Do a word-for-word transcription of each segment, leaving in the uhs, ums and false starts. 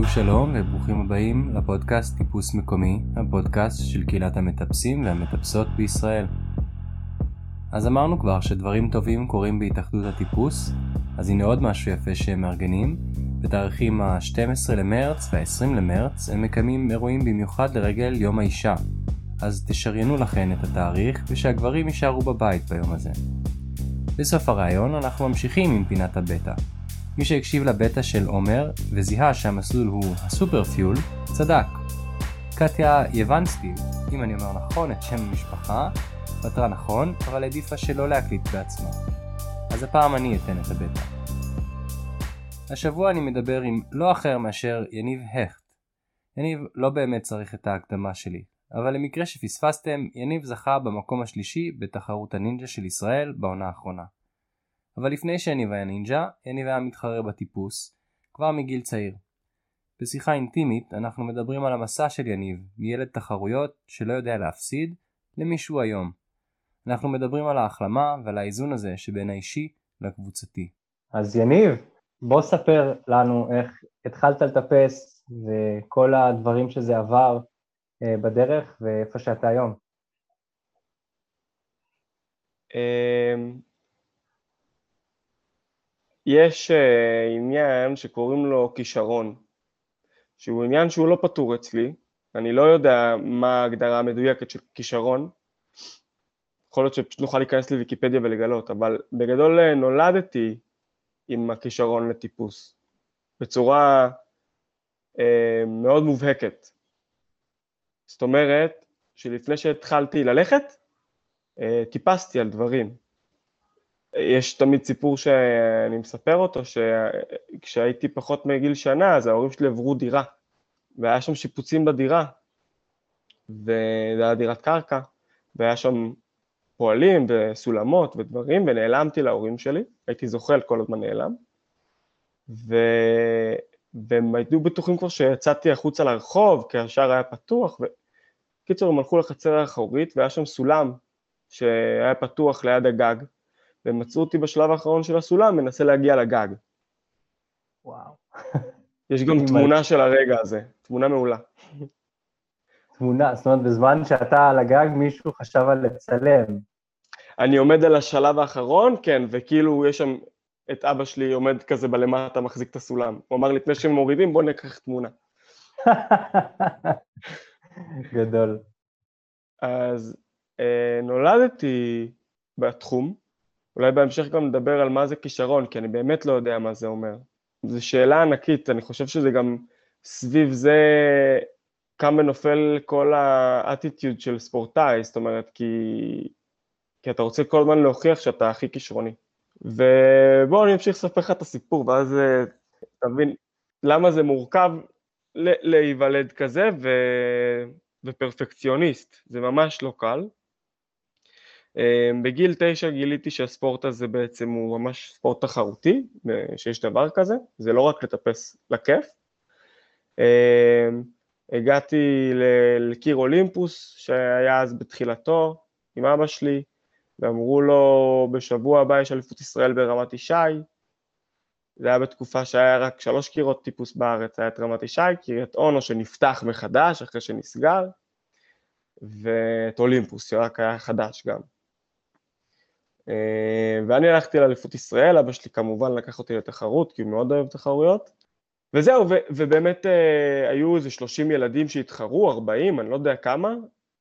שוב שלום וברוכים הבאים לפודקאסט טיפוס מקומי, הפודקאסט של קהילת המטפסים והמטפסות בישראל. אז אמרנו כבר שדברים טובים קורים בהתאחדות הטיפוס, אז הנה עוד משהו יפה שהם מארגנים. בתאריכים ה-שנים עשר למרץ וה-עשרים למרץ הם מקיימים אירועים במיוחד לרגל יום האישה, אז תשריינו לכן את התאריך ושהגברים יישארו בבית ביום הזה. בסוף הרעיון אנחנו ממשיכים עם פינת הבטא. מי שהקשיב לבטא של עומר וזיהה שהמסלול הוא הסופר פיול, צדק. קטיה יוונסקי, אם אני אומר נכון את שם המשפחה, פתרה נכון, אבל העדיפה שלא להקליט בעצמה. אז הפעם אני אתן את הבטא. השבוע אני מדבר עם לא אחר מאשר יניב הכט. יניב לא באמת צריך את ההקדמה שלי, אבל למקרה שפספסתם, יניב זכה במקום השלישי בתחרות הנינג'ה של ישראל בעונה האחרונה. אבל לפני שיניב היה נינג'ה, יניב היה מתחרה בטיפוס, כבר מגיל צעיר. בשיחה אינטימית אנחנו מדברים על המסע של יניב, מילד תחרויות שלא יודע להפסיד, למישהו היום. אנחנו מדברים על ההחלמה ועל האיזון הזה שבין האישי לקבוצתי. אז יניב, בוא ספר לנו איך התחלת לטפס וכל הדברים שזה עבר בדרך ואיפה שאתה היום. יש uh, עניין שקוראים לו כישרון, שהוא עניין שהוא לא פתור אצלי, אני לא יודע מה ההגדרה המדויקת של כישרון, יכול להיות שפשוט נוכל להיכנס לוויקיפדיה ולגלות, אבל בגדול נולדתי עם הכישרון לטיפוס, בצורה uh, מאוד מובהקת. זאת אומרת, שלפני שהתחלתי ללכת, uh, טיפסתי על דברים. יש תמיד סיפור שאני מספר אותו, שכשהייתי פחות מגיל שנה, אז ההורים שלי עברו דירה, והיה שם שיפוצים בדירה, וזה היה דירת קרקע, והיה שם פועלים וסולמות ודברים, ונעלמתי להורים שלי, הייתי זוחל כל הזמן נעלם, ו... והם היו בטוחים כבר שיצאתי החוצה לרחוב, כי השער היה פתוח, וקיצור הם הלכו לחצר האחורית, והיה שם סולם שהיה פתוח ליד הגג, והם מצאו אותי בשלב האחרון של הסולם, מנסה להגיע לגג. וואו. יש גם תמונה של הרגע הזה, תמונה מעולה. תמונה, זאת אומרת, בזמן שאתה על הגג, מישהו חשב על לצלם. אני עומד על השלב האחרון, כן, וכאילו יש שם את אבא שלי עומד כזה בלמטה, מחזיק את הסולם. הוא אמר, לפני שהם מורידים, בוא נקח תמונה. גדול. אז אה, נולדתי בתחום, אולי בהמשך גם נדבר על מה זה כישרון, כי אני באמת לא יודע מה זה אומר. זו שאלה ענקית, אני חושב שזה גם סביב זה כמה נופל כל האטיטיוד של ספורטאי, זאת אומרת, כי, כי אתה רוצה כל הזמן להוכיח שאתה הכי כישרוני. ובואו אני אמשיך לספר לך את הסיפור, ואז תבין למה זה מורכב להיוולד כזה ו... ופרפקציוניסט, זה ממש לא קל. בגיל תשע גיליתי שהספורט הזה בעצם הוא ממש ספורט תחרותי, שיש דבר כזה, זה לא רק לטפס לכיף. הגעתי לקיר אולימפוס שהיה אז בתחילתו עם אבא שלי, ואמרו לו בשבוע הבא יש אליפות ישראל ברמת ישי, זה היה בתקופה שהיה רק שלוש קירות טיפוס בארץ, היה את רמת ישי, קריית אונו שנפתח מחדש אחרי שנסגר, ואת אולימפוס שרק היה חדש גם. ואני הלכתי לאליפות ישראל, אבא שלי כמובן לקח אותי לתחרות, כי הוא מאוד אוהב תחרויות, וזהו, ו- ובאמת היו איזה שלושים ילדים שהתחרו, ארבעים, אני לא יודע כמה,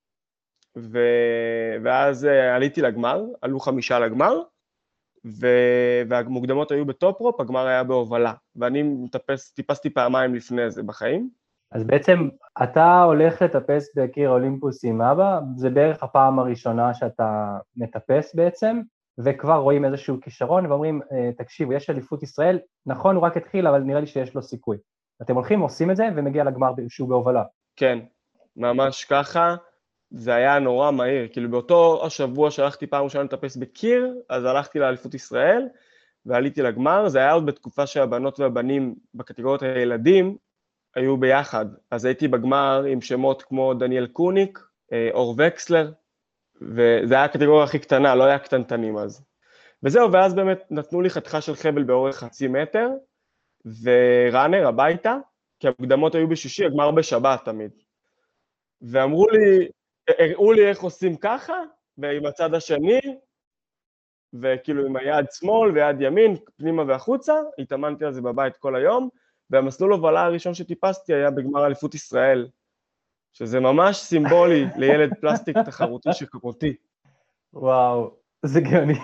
ו- ואז עליתי לגמר, עלו חמישה לגמר, ו- והמוקדמות היו בטופ-רופ, הגמר היה בהובלה, ואני מטפס, טיפסתי פעמיים לפני זה בחיים. אז בעצם אתה הולך לטפס בקיר אולימפוס עם אבא, זה בערך הפעם הראשונה שאתה מטפס בעצם, וכבר רואים איזשהו כישרון ואומרים, תקשיבו, יש אליפות ישראל, נכון, הוא רק התחיל, אבל נראה לי שיש לו סיכוי. אתם הולכים, עושים את זה, ומגיע לגמר שהוא בהובלה. כן, ממש ככה, זה היה נורא מהיר, כאילו באותו השבוע שהלכתי פעם ראשונה לטפס בקיר, אז הלכתי לאליפות ישראל, ועליתי לגמר, זה היה עוד בתקופה שהבנות והבנים בקטגוריות הילדים, היו ביחד, אז הייתי בגמר עם שמות כמו דניאל קוניק, אור וקסלר, וזה היה הקטגוריה הכי קטנה, לא היה קטנטנים אז. וזהו, ואז באמת נתנו לי חתיכה של חבל באורך חצי מטר, וראנר הביתה, כי המקדמות היו בשישי, הגמר בשבת תמיד. ואמרו לי, הראו לי איך עושים ככה, ועם הצד השני, וכאילו עם היד שמאל ויד ימין, פנימה והחוצה, התאמנתי על זה בבית כל היום, והמסלול הובלה הראשון שטיפסתי היה בגמר אליפות ישראל, שזה ממש סימבולי לילד פלסטיק תחרותי שכמותי. וואו, זה גאוני.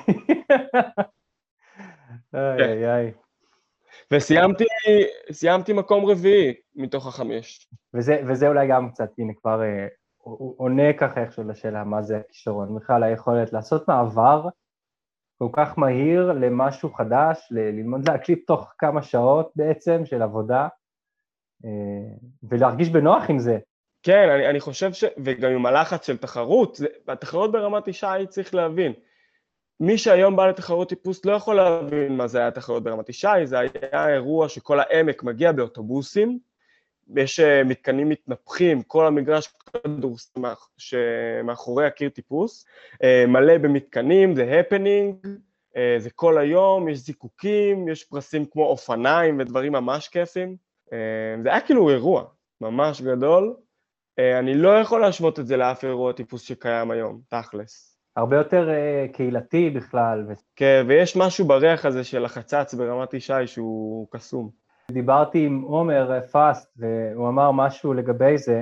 איי איי איי. וסיימתי, סיימתי מקום רביעי מתוך החמש. וזה, וזה אולי גם קצת, הנה כבר אה, הוא עונה ככה איכשהו לשאלה מה זה הכישרון, בכלל היכולת לעשות מעבר כל כך מהיר למשהו חדש, ל- ללמוד להקליט תוך כמה שעות בעצם של עבודה, אה, ולהרגיש בנוח עם זה. כן, אני, אני חושב ש... וגם עם הלחץ של תחרות, זה- התחרות ברמת ישי צריך להבין. מי שהיום בא לתחרות טיפוס לא יכול להבין מה זה היה תחרות ברמת ישי, זה היה אירוע שכל העמק מגיע באוטובוסים, יש אה, מתקנים מתנפחים, כל המגרש כדורסל שמאחורי הקיר טיפוס, אה, מלא במתקנים, זה הפנינג, אה, זה כל היום, יש זיקוקים, יש פרסים כמו אופניים ודברים ממש כיפים, אה, זה היה כאילו אירוע ממש גדול, אה, אני לא יכול להשוות את זה לאף אירוע טיפוס שקיים היום, תכלס. הרבה יותר uh, קהילתי בכלל. ו... כן, ויש משהו בריח הזה של החצץ ברמת ישי שהוא קסום. דיברתי עם עומר פאסט, והוא אמר משהו לגבי זה,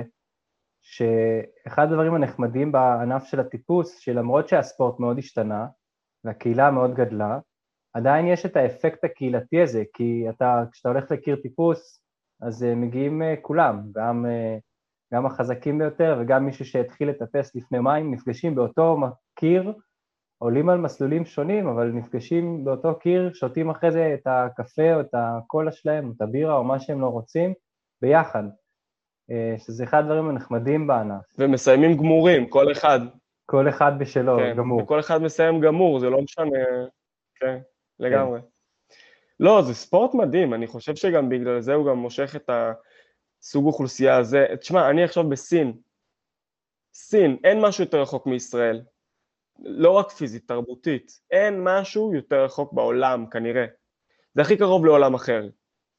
שאחד הדברים הנחמדים בענף של הטיפוס, שלמרות שהספורט מאוד השתנה, והקהילה מאוד גדלה, עדיין יש את האפקט הקהילתי הזה, כי אתה, כשאתה הולך לקיר טיפוס, אז מגיעים כולם, גם, גם החזקים ביותר, וגם מישהו שהתחיל לטפס לפני מים, נפגשים באותו קיר, עולים על מסלולים שונים, אבל נפגשים באותו קיר, שותים אחרי זה את הקפה או את הקולה שלהם, את הבירה או מה שהם לא רוצים, ביחד. שזה אחד הדברים הנחמדים בענף. ומסיימים גמורים, כל אחד. כל אחד בשלו, כן, גמור. וכל אחד מסיים גמור, זה לא משנה, כן, לגמרי. כן. לא, זה ספורט מדהים, אני חושב שגם בגלל זה הוא גם מושך את הסוג אוכלוסייה הזה. תשמע, אני עכשיו בסין. סין, אין משהו יותר רחוק מישראל. לא רק פיזית, תרבותית. אין משהו יותר רחוק בעולם, כנראה. זה הכי קרוב לעולם אחר.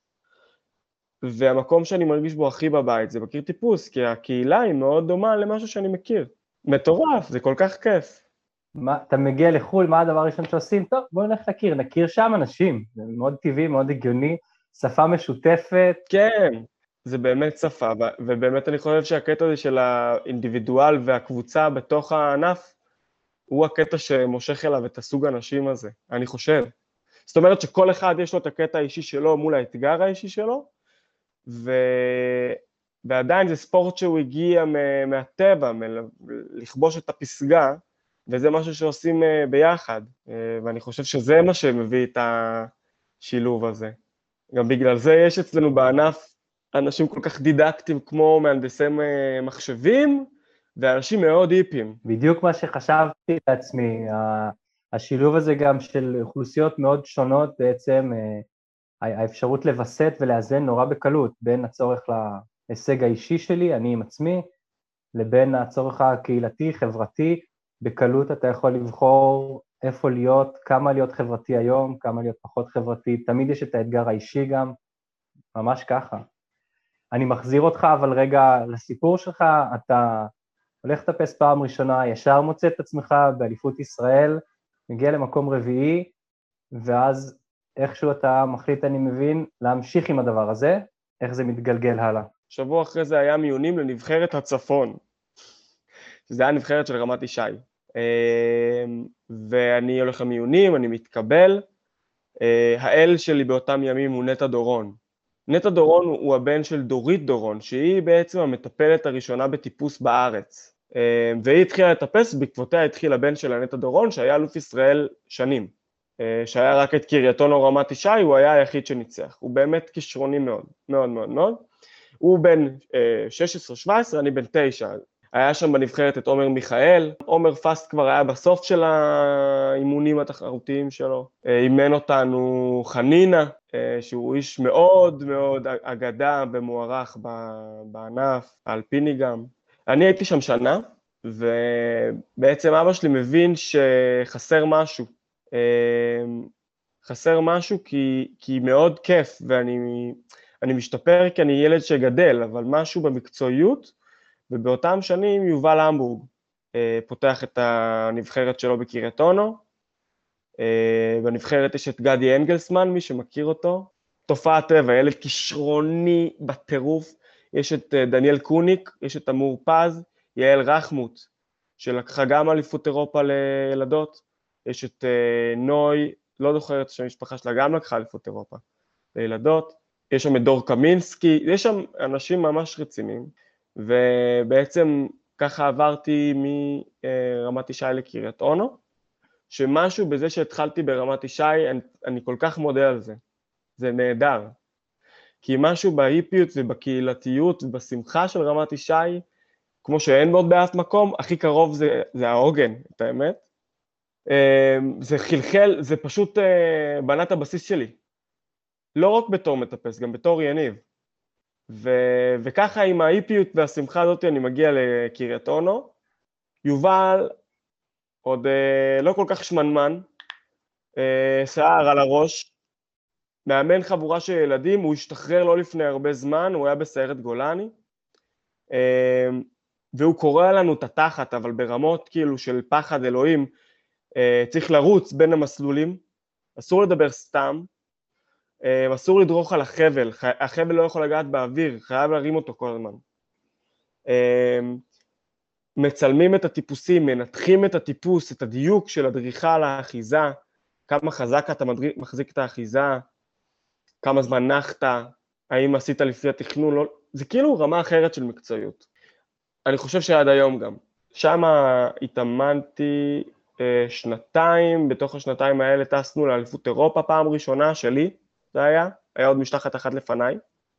והמקום שאני מרגיש בו הכי בבית זה בקיר טיפוס, כי הקהילה היא מאוד דומה למשהו שאני מכיר. מטורף, זה כל כך כיף. מה, אתה מגיע לחול, מה הדבר הראשון שעושים? טוב, בואו נלך לקיר, נכיר שם אנשים. זה מאוד טבעי, מאוד הגיוני, שפה משותפת. כן, זה באמת שפה, ובאמת אני חושב שהקטע הזה של האינדיבידואל והקבוצה בתוך הענף, הוא הקטע שמושך אליו את הסוג האנשים הזה, אני חושב. זאת אומרת שכל אחד יש לו את הקטע האישי שלו מול האתגר האישי שלו, ו... ועדיין זה ספורט שהוא הגיע מהטבע, לכבוש את הפסגה, וזה משהו שעושים ביחד, ואני חושב שזה מה שמביא את השילוב הזה. גם בגלל זה יש אצלנו בענף אנשים כל כך דידקטיים כמו מהנדסי מחשבים, ואנשים מאוד היפים. בדיוק מה שחשבתי לעצמי, השילוב הזה גם של אוכלוסיות מאוד שונות בעצם, האפשרות לבסט ולאזן נורא בקלות, בין הצורך להישג האישי שלי, אני עם עצמי, לבין הצורך הקהילתי, חברתי, בקלות אתה יכול לבחור איפה להיות, כמה להיות חברתי היום, כמה להיות פחות חברתי, תמיד יש את האתגר האישי גם, ממש ככה. אני מחזיר אותך אבל רגע לסיפור שלך, אתה הולך לטפס פעם ראשונה, ישר מוצא את עצמך באליפות ישראל, מגיע למקום רביעי, ואז איכשהו אתה מחליט, אני מבין, להמשיך עם הדבר הזה, איך זה מתגלגל הלאה. שבוע אחרי זה היה מיונים לנבחרת הצפון, שזה היה נבחרת של רמת ישי, ואני הולך למיונים, אני מתקבל, האל שלי באותם ימים הוא נטע דורון. נטע דורון הוא הבן של דורית דורון, שהיא בעצם המטפלת הראשונה בטיפוס בארץ, והיא התחילה לטפס, בעקבותיה התחיל הבן של נטע דורון, שהיה אלוף ישראל שנים, שהיה רק את קרייתון או רמת ישי, הוא היה היחיד שניצח, הוא באמת כישרוני מאוד, מאוד מאוד מאוד, הוא בן שש עשרה שבע עשרה, אני בן תשע, היה שם בנבחרת את עומר מיכאל, עומר פאסט כבר היה בסוף של האימונים התחרותיים שלו, אימן אותנו חנינה, שהוא איש מאוד מאוד אגדה ומוערך בענף, האלפיני גם. אני הייתי שם שנה, ובעצם אבא שלי מבין שחסר משהו, חסר משהו כי, כי מאוד כיף, ואני אני משתפר כי אני ילד שגדל, אבל משהו במקצועיות, ובאותם שנים יובל המבורג פותח את הנבחרת שלו בקריית אונו, בנבחרת יש את גדי אנגלסמן, מי שמכיר אותו, תופעת טבע, ילד כישרוני בטירוף, יש את דניאל קוניק, יש את אמור פז, יעל רחמות, שלקחה גם אליפות אירופה לילדות, יש את נוי, לא זוכרת שהמשפחה שלה גם לקחה אליפות אירופה לילדות, יש שם את דור קמינסקי, יש שם אנשים ממש רציניים, ובעצם ככה עברתי מרמת ישי לקריית אונו, שמשהו בזה שהתחלתי ברמת ישי, אני, אני כל כך מודה על זה, זה נהדר, כי משהו בהיפיות ובקהילתיות ובשמחה של רמת ישי, כמו שאין מאוד באף מקום, הכי קרוב זה, זה העוגן, את האמת. זה חלחל, זה פשוט בנת הבסיס שלי. לא רק בתור מטפס, גם בתור יניב. ו, וככה עם ההיפיות והשמחה הזאת אני מגיע לקריית אונו. יובל עוד לא כל כך שמנמן, שיער על הראש, מאמן חבורה של ילדים, הוא השתחרר לא לפני הרבה זמן, הוא היה בסיירת גולני. והוא קורא לנו את התחת, אבל ברמות כאילו של פחד אלוהים, צריך לרוץ בין המסלולים, אסור לדבר סתם, אסור לדרוך על החבל, החבל לא יכול לגעת באוויר, חייב להרים אותו כל הזמן. מצלמים את הטיפוסים, מנתחים את הטיפוס, את הדיוק של הדריכה על האחיזה, כמה חזק אתה מחזיק את האחיזה, כמה זמן נחת, האם עשית לפי התכנון, לא... זה כאילו רמה אחרת של מקצועיות. אני חושב שעד היום גם. שם התאמנתי אה, שנתיים, בתוך השנתיים האלה טסנו לאליפות אירופה פעם ראשונה שלי, זה היה, היה עוד משלחת אחת לפניי.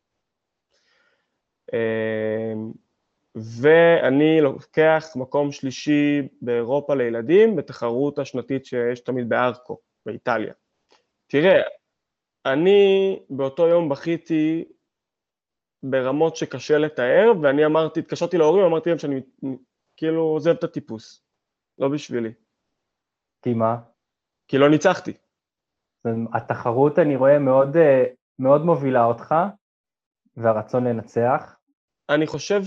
אה, ואני לוקח מקום שלישי באירופה לילדים, בתחרות השנתית שיש תמיד בארקו, באיטליה. תראה, אני באותו יום בכיתי, ברמות שקשה לתאר, ואני אמרתי, התקשרתי להורים, אמרתי להם שאני כאילו עוזב את הטיפוס, לא בשבילי. כי מה? כי לא ניצחתי. התחרות אני רואה מאוד, מאוד מובילה אותך, והרצון לנצח. אני חושב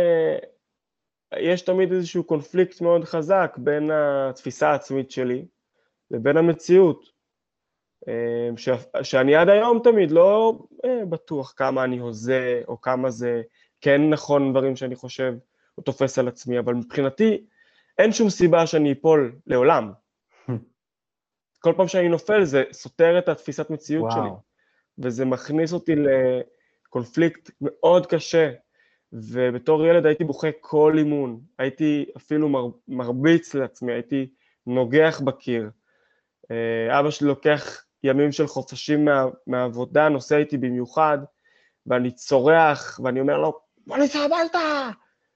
שיש תמיד איזשהו קונפליקט מאוד חזק בין התפיסה העצמית שלי לבין המציאות. ש... שאני עד היום תמיד לא אה, בטוח כמה אני הוזה, או כמה זה כן נכון דברים שאני חושב, או תופס על עצמי, אבל מבחינתי אין שום סיבה שאני אפול לעולם. כל פעם שאני נופל זה סותר את התפיסת מציאות וואו. שלי, וזה מכניס אותי לקונפליקט מאוד קשה, ובתור ילד הייתי בוכה כל אימון, הייתי אפילו מר... מרביץ לעצמי, הייתי נוגח בקיר, אבא שלי לוקח ימים של חופשים מה, מהעבודה, נוסע איתי במיוחד, ואני צורח, ואני אומר לו, בוא ניסע הביתה!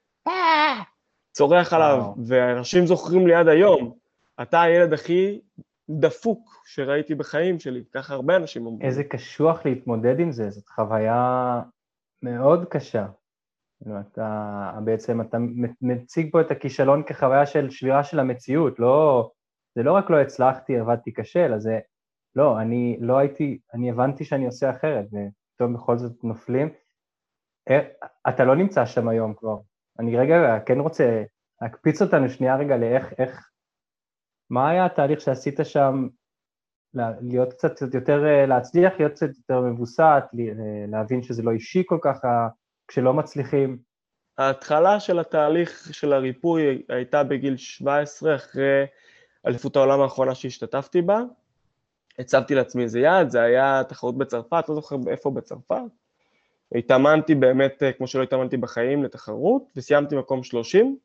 צורח עליו, ואנשים זוכרים לי עד היום, אתה הילד הכי דפוק שראיתי בחיים שלי, ככה הרבה אנשים אומרים. איזה קשוח להתמודד עם זה, זאת חוויה מאוד קשה. אתה, בעצם אתה מציג פה את הכישלון כחוויה של שבירה של המציאות, לא, זה לא רק לא הצלחתי, עבדתי קשה, אלא זה, לא, אני לא הייתי, אני הבנתי שאני עושה אחרת, ופתאום בכל זאת נופלים. אתה לא נמצא שם היום כבר. אני רגע כן רוצה להקפיץ אותנו שנייה רגע לאיך, איך, מה היה התהליך שעשית שם, להיות קצת יותר, להצליח, להיות קצת יותר מבוסת, להבין שזה לא אישי כל כך, כשלא מצליחים? ההתחלה של התהליך של הריפוי הייתה בגיל שבע עשרה, אחרי אליפות העולם האחרונה שהשתתפתי בה. הצבתי לעצמי איזה יעד, זה היה תחרות בצרפת, לא זוכר איפה בצרפת. התאמנתי באמת, כמו שלא התאמנתי בחיים, לתחרות, וסיימתי מקום שלושים.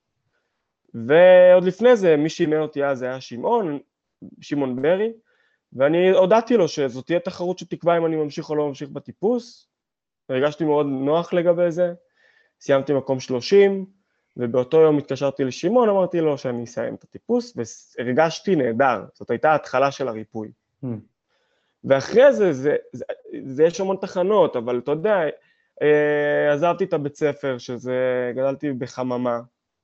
ועוד לפני זה, מי שאימן אותי אז היה שמעון, שמעון ברי, ואני הודעתי לו שזאת תהיה תחרות שתקבע אם אני ממשיך או לא ממשיך בטיפוס. הרגשתי מאוד נוח לגבי זה, סיימתי מקום שלושים, ובאותו יום התקשרתי לשמעון, אמרתי לו שאני אסיים את הטיפוס, והרגשתי נהדר, זאת הייתה ההתחלה של הריפוי. Hmm. ואחרי זה, זה, זה, זה יש המון תחנות, אבל אתה יודע, עזבתי את הבית ספר, שזה, גדלתי בחממה,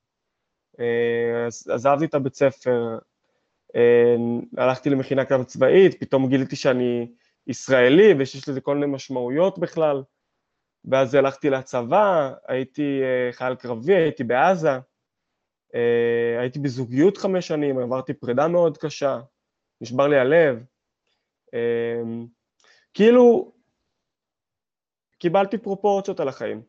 עזבתי את הבית ספר, הלכתי למכינה קדם צבאית, פתאום גיליתי שאני ישראלי, ושיש לזה כל מיני משמעויות בכלל. ואז הלכתי לצבא, הייתי חייל קרבי, הייתי בעזה, הייתי בזוגיות חמש שנים, עברתי פרידה מאוד קשה, נשבר לי הלב. כאילו, קיבלתי פרופורציות על החיים.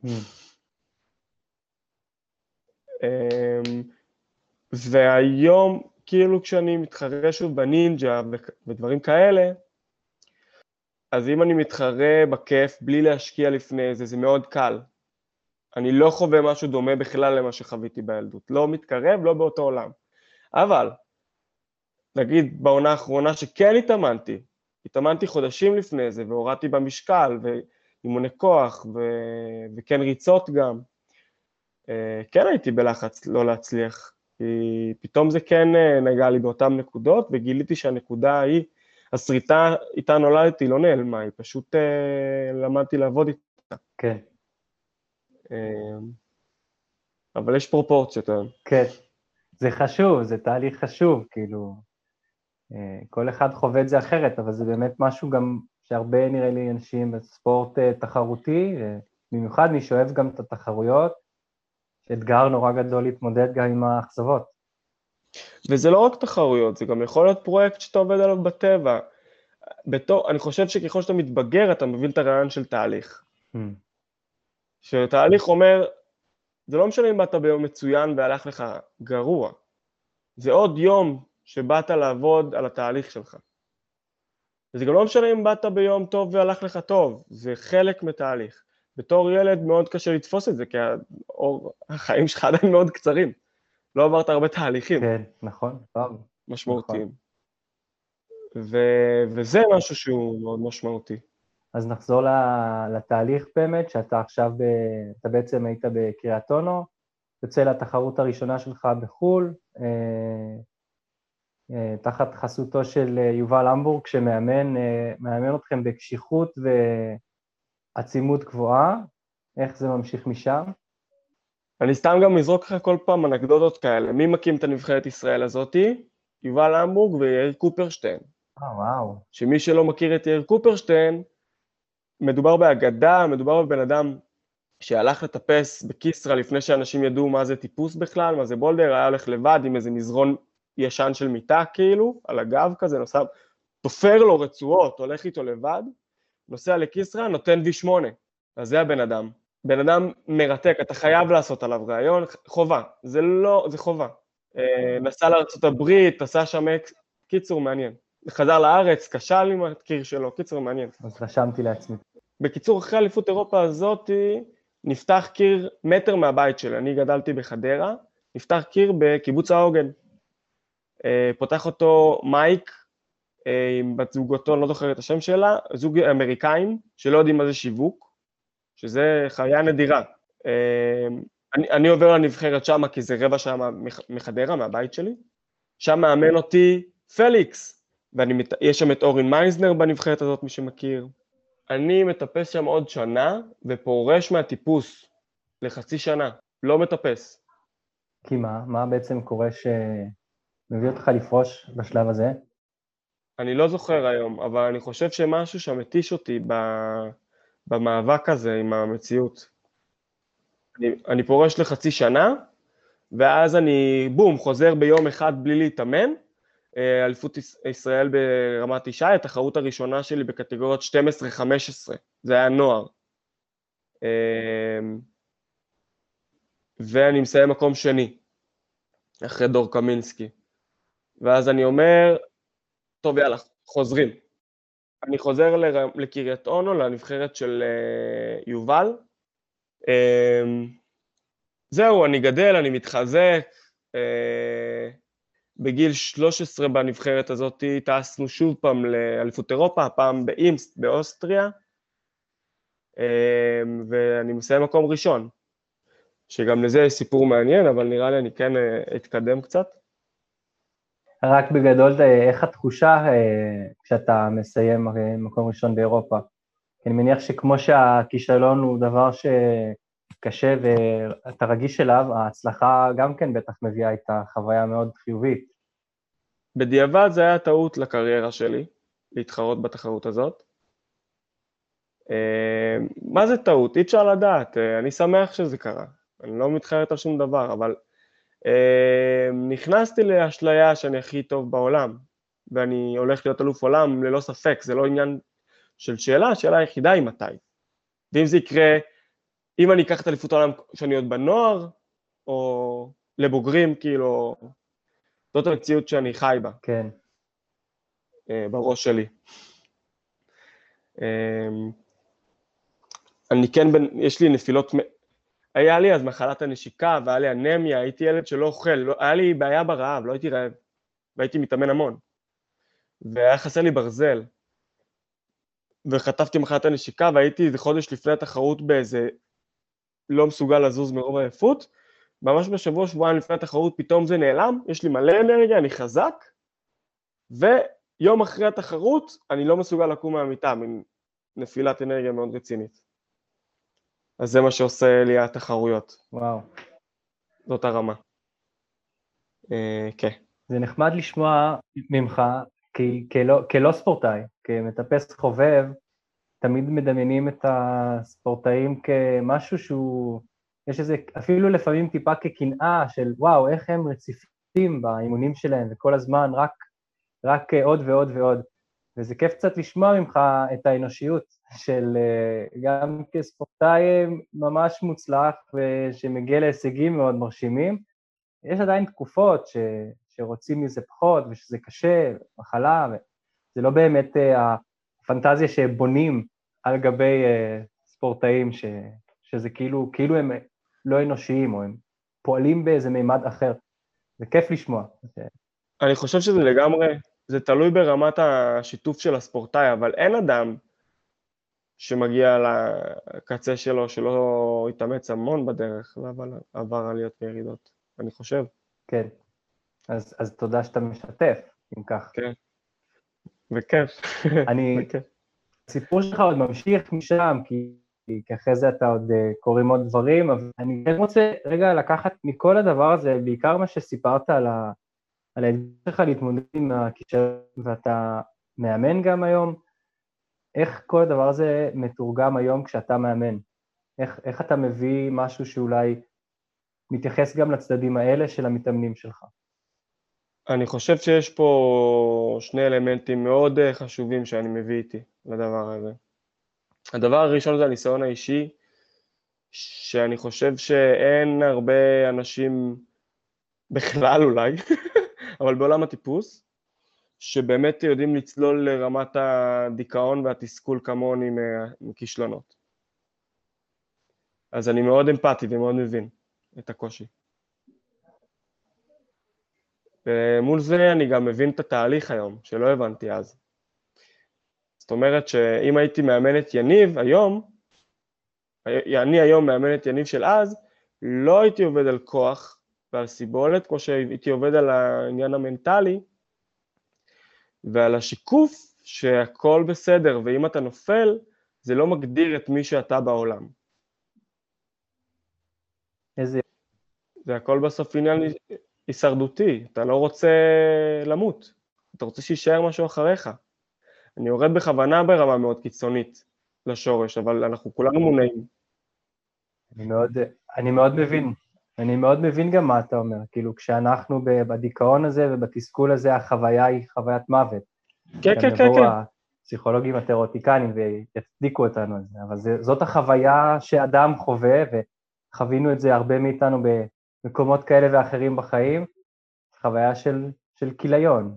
והיום, כאילו כשאני מתחרה שוב בנינג'ה ודברים כאלה, אז אם אני מתחרה בכיף בלי להשקיע לפני זה, זה מאוד קל. אני לא חווה משהו דומה בכלל למה שחוויתי בילדות. לא מתקרב, לא באותו עולם. אבל, נגיד בעונה האחרונה שכן התאמנתי, התאמנתי חודשים לפני זה, והורדתי במשקל, ואימוני כוח, ו... וכן ריצות גם. כן הייתי בלחץ לא להצליח. כי פתאום זה כן נגע לי באותן נקודות, וגיליתי שהנקודה היא, הסריטה איתה נולדתי לא נעלמה, היא פשוט למדתי לעבוד איתה. כן. אבל יש פרופורציות. כן, זה חשוב, זה תהליך חשוב, כאילו, כל אחד חווה את זה אחרת, אבל זה באמת משהו גם שהרבה נראה לי אנשים בספורט תחרותי, במיוחד מי שאוהב גם את התחרויות, אתגר נורא גדול להתמודד גם עם האכזבות. וזה לא רק תחרויות, זה גם יכול להיות פרויקט שאתה עובד עליו בטבע. בתור, אני חושב שככל שאתה מתבגר, אתה מבין את הרעיון של תהליך. Hmm. שתהליך אומר, זה לא משנה אם באת ביום מצוין והלך לך גרוע. זה עוד יום שבאת לעבוד על התהליך שלך. וזה גם לא משנה אם באת ביום טוב והלך לך טוב, זה חלק מתהליך. בתור ילד מאוד קשה לתפוס את זה, כי החיים שלך עדיין מאוד קצרים. לא עברת הרבה תהליכים. כן, נכון, טוב. משמעותיים. נכון. וזה משהו שהוא מאוד משמעותי. אז נחזור לתהליך באמת, שאתה עכשיו, אתה בעצם היית בקריית אונו, יוצא לתחרות הראשונה שלך בחול, תחת חסותו של יובל המבורג, שמאמן מאמן אתכם בקשיחות ועצימות גבוהה. איך זה ממשיך משם? אני סתם גם מזרוק לך כל פעם אנקדוטות כאלה. מי מקים את הנבחרת ישראל הזאתי? יובל המבורג ויאיר קופרשטיין. אה, וואו. שמי שלא מכיר את יאיר קופרשטיין, מדובר באגדה, מדובר בבן אדם שהלך לטפס בקיסרה לפני שאנשים ידעו מה זה טיפוס בכלל, מה זה בולדר, היה הולך לבד עם איזה מזרון ישן של מיטה כאילו, על הגב כזה, נוסע, תופר לו רצועות, הולך איתו לבד, נוסע לקיסרה, נותן וי שמונה, אז זה הבן אדם. בן אדם מרתק, אתה חייב לעשות עליו רעיון, חובה, זה לא, זה חובה. נסע לארצות הברית, עשה שם קיצור מעניין. חזר לארץ, כשל עם הקיר שלו, קיצור מעניין. אז רשמתי לעצמי. בקיצור, אחרי אליפות אירופה הזאת, נפתח קיר מטר מהבית שלי, אני גדלתי בחדרה, נפתח קיר בקיבוץ העוגן. פותח אותו מייק, עם בת זוגותו, אני לא זוכר את השם שלה, זוג אמריקאים, שלא יודעים מה זה שיווק, שזה חיה נדירה. אני, אני עובר לנבחרת שמה, כי זה רבע שמה מחדרה, מהבית שלי. שם מאמן אותי פליקס, ויש שם את אורין מייזנר בנבחרת הזאת, מי שמכיר. אני מטפס שם עוד שנה, ופורש מהטיפוס לחצי שנה, לא מטפס. כי מה? מה בעצם קורה שמביא אותך לפרוש בשלב הזה? אני לא זוכר היום, אבל אני חושב שמשהו שם מתיש אותי במאבק הזה עם המציאות. אני, אני פורש לחצי שנה, ואז אני, בום, חוזר ביום אחד בלי להתאמן, אליפות ישראל ברמת ישי, התחרות הראשונה שלי בקטגוריות שתים עשרה חמש עשרה, זה היה נוער. ואני מסיים מקום שני, אחרי דור קמינסקי. ואז אני אומר, טוב יאללה, חוזרים. אני חוזר לקריית אונו, לנבחרת של יובל. זהו, אני גדל, אני מתחזק. בגיל שלוש עשרה בנבחרת הזאת טסנו שוב פעם לאליפות אירופה, הפעם באימסט באוסטריה, ואני מסיים מקום ראשון, שגם לזה יש סיפור מעניין, אבל נראה לי אני כן אתקדם קצת. רק בגדול, איך התחושה כשאתה מסיים מקום ראשון באירופה? אני מניח שכמו שהכישלון הוא דבר שקשה ואתה רגיש אליו, ההצלחה גם כן בטח מביאה איתה חוויה מאוד חיובית. בדיעבד זה היה טעות לקריירה שלי, להתחרות בתחרות הזאת. מה זה טעות? אי אפשר לדעת, אני שמח שזה קרה, אני לא מתחרט על שום דבר, אבל נכנסתי לאשליה שאני הכי טוב בעולם, ואני הולך להיות אלוף עולם ללא ספק, זה לא עניין של שאלה, השאלה היחידה היא מתי. ואם זה יקרה, אם אני אקח את אליפות העולם שאני עוד בנוער, או לבוגרים, כאילו, זאת המציאות שאני חי בה. כן. בראש שלי. אני כן, יש לי נפילות, היה לי אז מחלת הנשיקה, והיה לי אנמיה, הייתי ילד שלא אוכל, לא, היה לי בעיה ברעב, לא הייתי רעב, והייתי מתאמן המון. והיה חסר לי ברזל, וחטפתי מחלת הנשיקה, והייתי איזה חודש לפני התחרות באיזה, לא מסוגל לזוז מרוב העייפות, ממש בשבוע, שבועיים לפני התחרות, פתאום זה נעלם, יש לי מלא אנרגיה, אני חזק, ויום אחרי התחרות, אני לא מסוגל לקום מהמיטה, מן נפילת אנרגיה מאוד רצינית. אז זה מה שעושה לי התחרויות. וואו. זאת הרמה. אה, כן. זה נחמד לשמוע ממך, כי כלא, כלא ספורטאי, כמטפס חובב, תמיד מדמיינים את הספורטאים כמשהו שהוא, יש איזה, אפילו לפעמים טיפה כקנאה של וואו, איך הם רציפים באימונים שלהם, וכל הזמן רק, רק עוד ועוד ועוד. וזה כיף קצת לשמוע ממך את האנושיות של גם כספורטאי ממש מוצלח, ושמגיע להישגים מאוד מרשימים. יש עדיין תקופות ש, שרוצים מזה פחות, ושזה קשה, מחלה, וזה לא באמת הפנטזיה שבונים על גבי ספורטאים, ש, שזה כאילו, כאילו הם לא אנושיים, או הם פועלים באיזה מימד אחר. זה כיף לשמוע. אני חושב שזה לגמרי, זה תלוי ברמת השיתוף של הספורטאי, אבל אין אדם שמגיע לקצה שלו, שלא יתאמץ המון בדרך, אבל עבר עליות וירידות, אני חושב. כן, אז, אז תודה שאתה משתף, אם כך. כן, וכיף. אני, הסיפור שלך עוד ממשיך משם, כי, כי אחרי זה אתה עוד קוראים עוד דברים, אבל אני רוצה רגע לקחת מכל הדבר הזה, בעיקר מה שסיפרת על ה... על האתגר שלך להתמודד עם הכישרון, ואתה מאמן גם היום, איך כל הדבר הזה מתורגם היום כשאתה מאמן? איך, איך אתה מביא משהו שאולי מתייחס גם לצדדים האלה של המתאמנים שלך? אני חושב שיש פה שני אלמנטים מאוד חשובים שאני מביא איתי לדבר הזה. הדבר הראשון זה הניסיון האישי, שאני חושב שאין הרבה אנשים בכלל אולי, אבל בעולם הטיפוס, שבאמת יודעים לצלול לרמת הדיכאון והתסכול כמוני מכישלונות. אז אני מאוד אמפתי ומאוד מבין את הקושי. ומול זה אני גם מבין את התהליך היום, שלא הבנתי אז. זאת אומרת שאם הייתי מאמן את יניב היום, אני היום מאמן את יניב של אז, לא הייתי עובד על כוח ועל סיבולת, כמו שהייתי עובד על העניין המנטלי, ועל השיקוף שהכל בסדר, ואם אתה נופל, זה לא מגדיר את מי שאתה בעולם. איזה... זה הכל בסוף עניין הישרדותי, אתה לא רוצה למות, אתה רוצה שישאר משהו אחריך. אני יורד בכוונה ברמה מאוד קיצונית לשורש, אבל אנחנו כולנו מונעים. אני מאוד, אני מאוד מבין, אני מאוד מבין גם מה אתה אומר, כאילו כשאנחנו בדיכאון הזה ובתסכול הזה, החוויה היא חוויית מוות. כן, כן, כן, כן. הפסיכולוגים התיאורטיקנים ויצדיקו אותנו על זה, אבל זה, זאת החוויה שאדם חווה, וחווינו את זה הרבה מאיתנו במקומות כאלה ואחרים בחיים, חוויה של, של כיליון.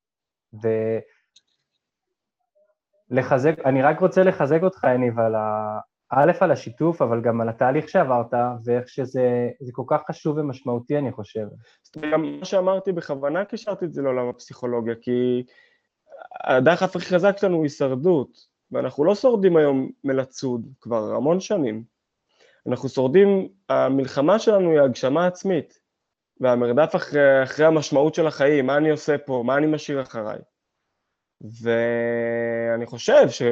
ולחזק, אני רק רוצה לחזק אותך, יניב, על ה... א', על השיתוף, אבל גם על התהליך שעברת, ואיך שזה זה כל כך חשוב ומשמעותי, אני חושב. גם מה שאמרתי בכוונה, קשרתי את זה לעולם הפסיכולוגיה, כי הדחף הכי חזק שלנו הוא הישרדות, ואנחנו לא שורדים היום מלצוד כבר המון שנים. אנחנו שורדים, המלחמה שלנו היא הגשמה עצמית, והמרדף אחרי, אחרי המשמעות של החיים, מה אני עושה פה, מה אני משאיר אחריי. ואני חושב ש...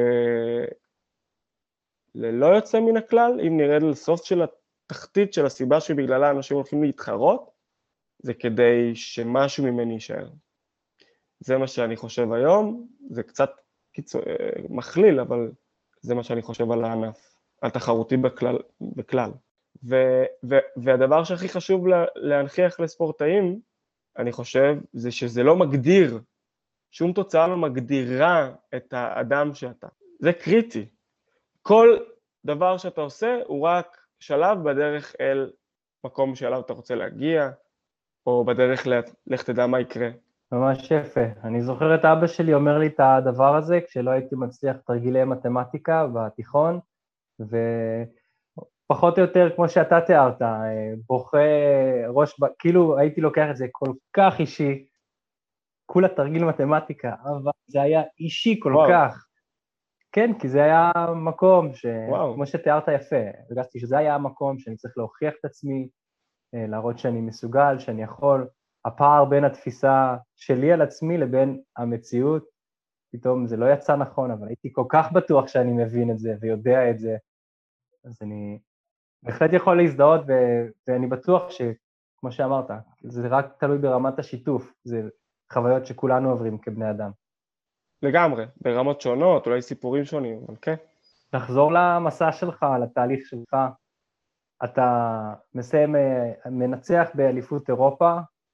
ללא יוצא מן הכלל, אם נרד לסוף של התחתית של הסיבה שבגללה אנשים הולכים להתחרות, זה כדי שמשהו ממני יישאר. זה מה שאני חושב היום, זה קצת קיצור, מכליל, אבל זה מה שאני חושב על הענף, על תחרותי בכלל. בכלל. ו- ו- והדבר שהכי חשוב לה- להנכיח לספורטאים, אני חושב, זה שזה לא מגדיר, שום תוצאה לא מגדירה את האדם שאתה. זה קריטי. כל דבר שאתה עושה הוא רק שלב בדרך אל מקום שאליו אתה רוצה להגיע, או בדרך לך תדע מה יקרה. ממש יפה. אני זוכר את אבא שלי אומר לי את הדבר הזה, כשלא הייתי מצליח תרגילי מתמטיקה בתיכון, ופחות או יותר כמו שאתה תיארת, בוכה ראש, כאילו הייתי לוקח את זה כל כך אישי, כולה תרגיל מתמטיקה, אבל זה היה אישי כל וואו. כך. כן, כי זה היה מקום ש... וואו. כמו שתיארת יפה, הרגשתי שזה היה המקום שאני צריך להוכיח את עצמי, להראות שאני מסוגל, שאני יכול, הפער בין התפיסה שלי על עצמי לבין המציאות, פתאום זה לא יצא נכון, אבל הייתי כל כך בטוח שאני מבין את זה ויודע את זה, אז אני בהחלט יכול להזדהות, ו... ואני בטוח שכמו שאמרת, זה רק תלוי ברמת השיתוף, זה חוויות שכולנו עוברים כבני אדם. לגמרי, ברמות שונות, אולי סיפורים שונים, אבל כן. לחזור למסע שלך, לתהליך שלך, אתה מסיים, מנצח באליפות אירופה,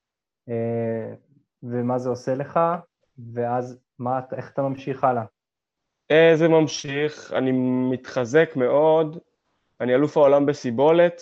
ומה זה עושה לך, ואז מה, איך אתה ממשיך הלאה? זה ממשיך, אני מתחזק מאוד, אני אלוף העולם בסיבולת,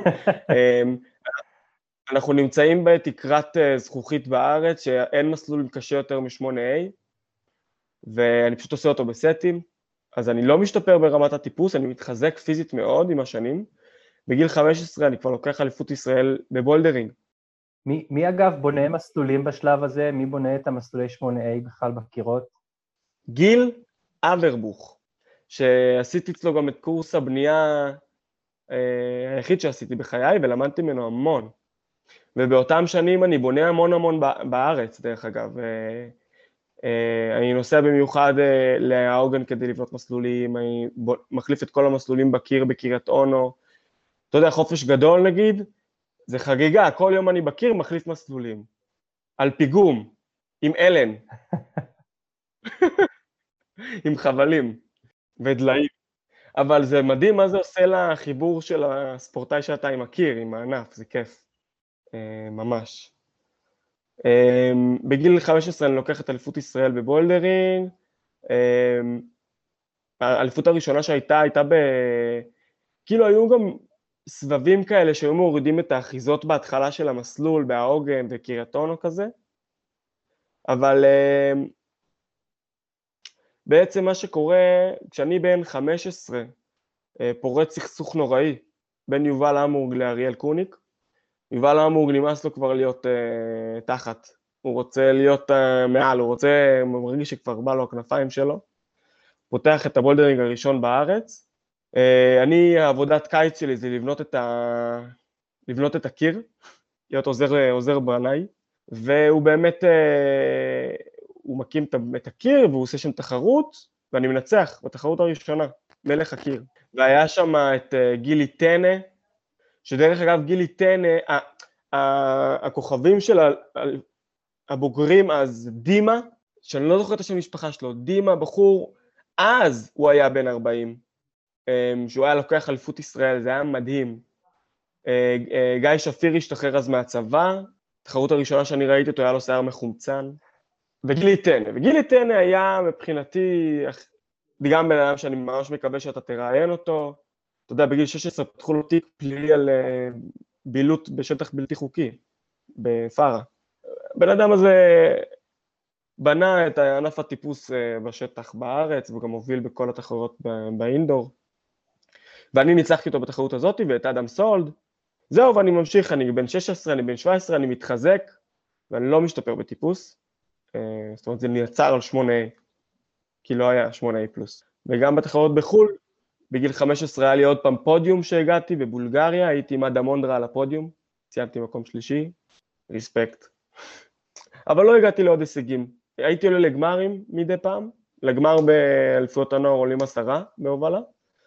אנחנו נמצאים בתקרת זכוכית בארץ, שאין מסלול קשה יותר מ-שמונה איי, ואני פשוט עושה אותו בסטים, אז אני לא משתפר ברמת הטיפוס, אני מתחזק פיזית מאוד עם השנים, בגיל חמש עשרה אני כבר לוקח אליפות ישראל בבולדרינג. מי, מי אגב בונה מסלולים בשלב הזה? מי בונה את המסלולי שמונה איי בכלל בקירות? גיל אברבוך, שעשיתי אצלו גם את קורס הבנייה אה, היחיד שעשיתי בחיי, ולמדתי ממנו המון. ובאותם שנים אני בונה המון המון בארץ, דרך אגב. אה, אה, אני נוסע במיוחד אה, להאוגן כדי לבנות מסלולים, אני מחליף את כל המסלולים בקיר בקריית אונו. אתה יודע, חופש גדול נגיד, זה חגיגה, כל יום אני בקיר מחליף מסלולים. על פיגום, עם אלן. עם חבלים ודליים. אבל זה מדהים מה זה עושה לחיבור של הספורטאי שאתה עם הקיר, עם הענף, זה כיף. ממש. בגיל חמש עשרה אני לוקח את אליפות ישראל בבולדרינג. האליפות הראשונה שהייתה, הייתה ב... כאילו היו גם סבבים כאלה שהיו מורידים את האחיזות בהתחלה של המסלול, בהאוגן וקריית אונו כזה. אבל בעצם מה שקורה, כשאני בן חמש עשרה, פורץ סכסוך נוראי בין יובל אמורג לאריאל קוניק. יובל אמורג נמאס לו כבר להיות uh, תחת, הוא רוצה להיות uh, מעל, הוא רוצה, הוא מרגיש שכבר בא לו הכנפיים שלו, פותח את הבולדרינג הראשון בארץ. Uh, אני, העבודת קיץ שלי זה לבנות את, ה... לבנות את הקיר, להיות עוזר, עוזר בנאי, והוא באמת, uh, הוא מקים את הקיר והוא עושה שם תחרות, ואני מנצח בתחרות הראשונה, מלך הקיר. והיה שם את uh, גילי טנה, שדרך אגב גילי טנה, הכוכבים של הבוגרים אז, דימה, שאני לא זוכר את השם המשפחה שלו, דימה, בחור, אז הוא היה בן ארבעים, שהוא היה לוקח אליפות ישראל, זה היה מדהים. גיא שפיר השתחרר אז מהצבא, התחרות הראשונה שאני ראיתי אותו, היה לו שיער מחומצן, וגילי טנה, וגילי טנה היה מבחינתי, גם בן אדם שאני ממש מקווה שאתה תראיין אותו, אתה יודע, בגיל שש עשרה פתחו לו תיק פלילי על בילות בשטח בלתי חוקי, בפארה. בן אדם הזה בנה את ענף הטיפוס בשטח בארץ, והוא גם הוביל בכל התחרויות באינדור. ואני ניצחתי אותו בתחרות הזאת, ואת אדם סולד. זהו, ואני ממשיך, אני בן שש עשרה, אני בן שבע עשרה, אני מתחזק, ואני לא משתפר בטיפוס. זאת אומרת, זה נעצר על שמונה איי, כי לא היה שמונה איי פלוס. וגם בתחרות בחול, בגיל חמש עשרה היה לי עוד פעם פודיום שהגעתי בבולגריה, הייתי עם אדם מונדרה על הפודיום, סיימתי מקום שלישי, ריספקט. אבל לא הגעתי לעוד הישגים, הייתי עולה לגמרים מדי פעם, לגמר באליפויות הנוער עולים עשרה בהובלה,